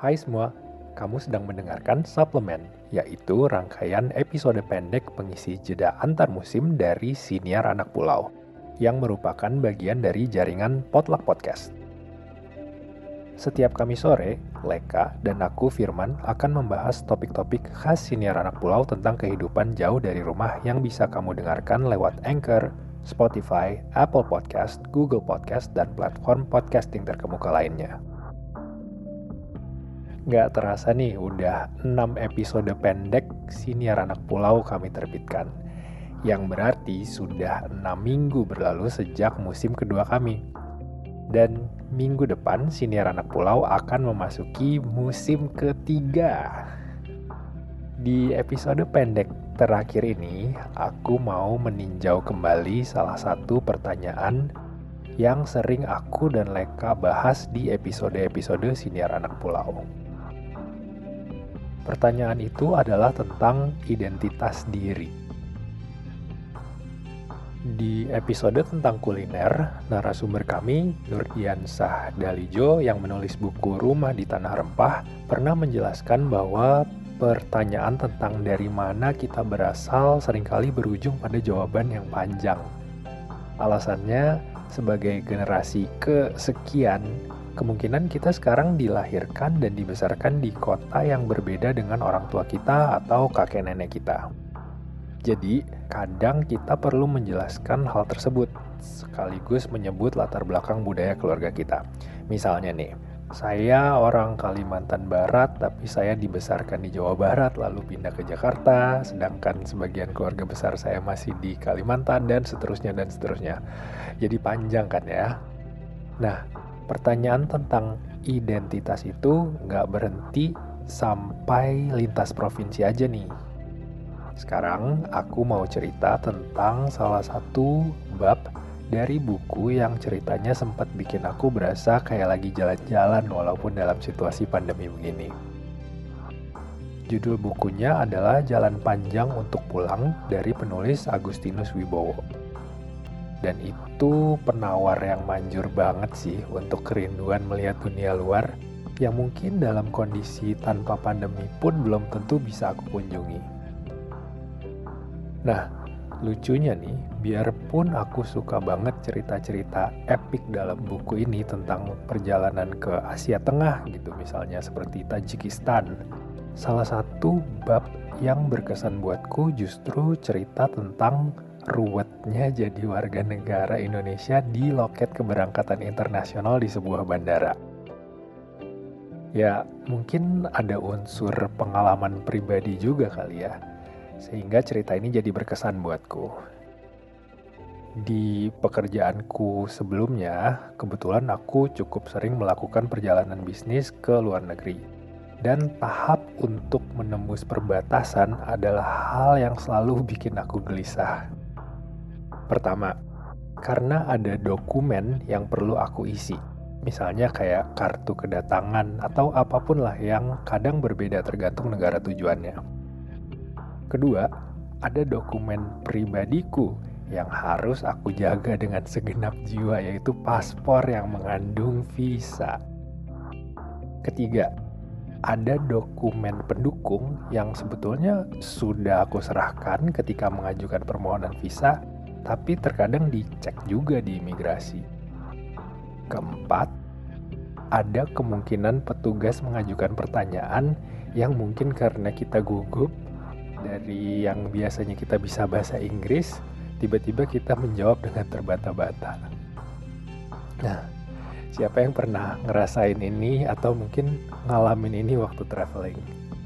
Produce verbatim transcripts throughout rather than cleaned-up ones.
Hai semua, kamu sedang mendengarkan Suplemen, yaitu rangkaian episode pendek pengisi jeda antar musim dari Siniar Anak Pulau, yang merupakan bagian dari jaringan Potluck Podcast. Setiap Kamis sore, Leka dan aku Firman akan membahas topik-topik khas Siniar Anak Pulau tentang kehidupan jauh dari rumah yang bisa kamu dengarkan lewat Anchor, Spotify, Apple Podcast, Google Podcast, dan platform podcasting terkemuka lainnya. Nggak terasa nih, udah enam episode pendek Siniar Anak Pulau kami terbitkan. Yang berarti sudah enam minggu berlalu sejak musim kedua kami. Dan minggu depan Siniar Anak Pulau akan memasuki musim ketiga. Di episode pendek terakhir ini, aku mau meninjau kembali salah satu pertanyaan yang sering aku dan Leka bahas di episode-episode Siniar Anak Pulau. Pertanyaan itu adalah tentang identitas diri. Di episode tentang kuliner, narasumber kami, Nurdiansah Dalijo yang menulis buku Rumah di Tanah Rempah, pernah menjelaskan bahwa pertanyaan tentang dari mana kita berasal seringkali berujung pada jawaban yang panjang. Alasannya, sebagai generasi kesekian, kemungkinan kita sekarang dilahirkan dan dibesarkan di kota yang berbeda dengan orang tua kita atau kakek nenek kita. Jadi, kadang kita perlu menjelaskan hal tersebut, sekaligus menyebut latar belakang budaya keluarga kita. Misalnya nih, saya orang Kalimantan Barat, tapi saya dibesarkan di Jawa Barat, lalu pindah ke Jakarta, sedangkan sebagian keluarga besar saya masih di Kalimantan, dan seterusnya, dan seterusnya. Jadi panjang kan ya? Nah, pertanyaan tentang identitas itu nggak berhenti sampai lintas provinsi aja nih. Sekarang aku mau cerita tentang salah satu bab dari buku yang ceritanya sempat bikin aku berasa kayak lagi jalan-jalan walaupun dalam situasi pandemi begini. Judul bukunya adalah Jalan Panjang Untuk Pulang dari penulis Agustinus Wibowo. Dan itu penawar yang manjur banget sih untuk kerinduan melihat dunia luar yang mungkin dalam kondisi tanpa pandemi pun belum tentu bisa aku kunjungi. Nah, lucunya nih, biarpun aku suka banget cerita-cerita epik dalam buku ini tentang perjalanan ke Asia Tengah gitu, misalnya seperti Tajikistan, salah satu bab yang berkesan buatku justru cerita tentang ruwetnya jadi warga negara Indonesia di loket keberangkatan internasional di sebuah bandara. Ya, mungkin ada unsur pengalaman pribadi juga kali ya, sehingga cerita ini jadi berkesan buatku. Di pekerjaanku sebelumnya, kebetulan aku cukup sering melakukan perjalanan bisnis ke luar negeri. Dan tahap untuk menembus perbatasan adalah hal yang selalu bikin aku gelisah. Pertama, karena ada dokumen yang perlu aku isi. Misalnya kayak kartu kedatangan atau apapun lah yang kadang berbeda tergantung negara tujuannya. Kedua, ada dokumen pribadiku yang harus aku jaga dengan segenap jiwa, yaitu paspor yang mengandung visa. Ketiga, ada dokumen pendukung yang sebetulnya sudah aku serahkan ketika mengajukan permohonan visa, tapi terkadang dicek juga di imigrasi. Keempat, ada kemungkinan petugas mengajukan pertanyaan yang mungkin karena kita gugup, dari yang biasanya kita bisa bahasa Inggris, tiba-tiba kita menjawab dengan terbata-bata. Nah, siapa yang pernah ngerasain ini atau mungkin ngalamin ini waktu traveling?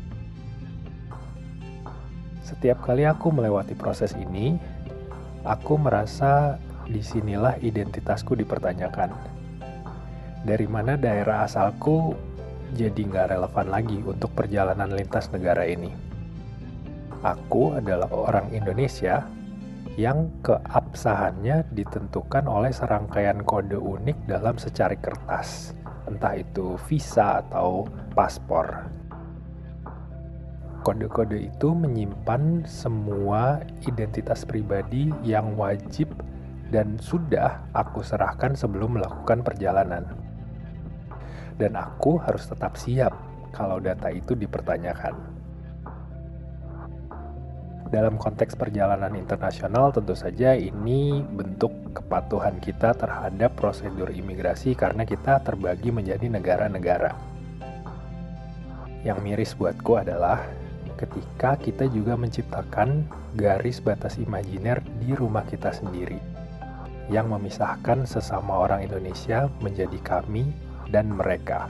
Setiap kali aku melewati proses ini, aku merasa disinilah identitasku dipertanyakan. Dari mana daerah asalku jadi nggak relevan lagi untuk perjalanan lintas negara ini. Aku adalah orang Indonesia yang keabsahannya ditentukan oleh serangkaian kode unik dalam secari kertas, entah itu visa atau paspor. Kode-kode itu menyimpan semua identitas pribadi yang wajib dan sudah aku serahkan sebelum melakukan perjalanan. Dan aku harus tetap siap kalau data itu dipertanyakan. Dalam konteks perjalanan internasional, tentu saja ini bentuk kepatuhan kita terhadap prosedur imigrasi karena kita terbagi menjadi negara-negara. Yang miris buatku adalah ketika kita juga menciptakan garis batas imajiner di rumah kita sendiri yang memisahkan sesama orang Indonesia menjadi kami dan mereka.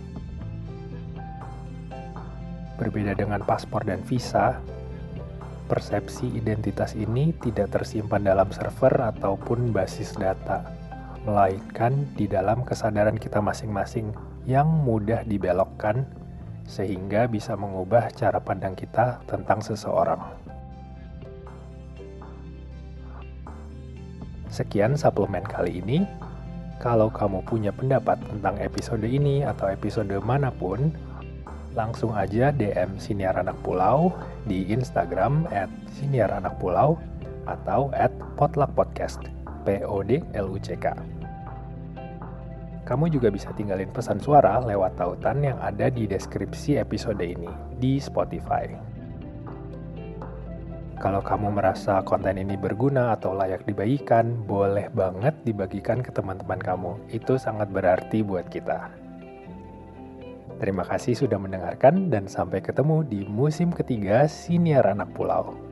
Berbeda dengan paspor dan visa, persepsi identitas ini tidak tersimpan dalam server ataupun basis data, melainkan di dalam kesadaran kita masing-masing yang mudah dibelokkan sehingga bisa mengubah cara pandang kita tentang seseorang. Sekian suplemen kali ini. Kalau kamu punya pendapat tentang episode ini atau episode manapun, langsung aja D M Siniar Anak Pulau di Instagram at siniar anak pulau atau at potluck podcast, P O D L U C K. Kamu juga bisa tinggalin pesan suara lewat tautan yang ada di deskripsi episode ini di Spotify. Kalau kamu merasa konten ini berguna atau layak dibagikan, boleh banget dibagikan ke teman-teman kamu. Itu sangat berarti buat kita. Terima kasih sudah mendengarkan dan sampai ketemu di musim ketiga Siniar Anak Pulau.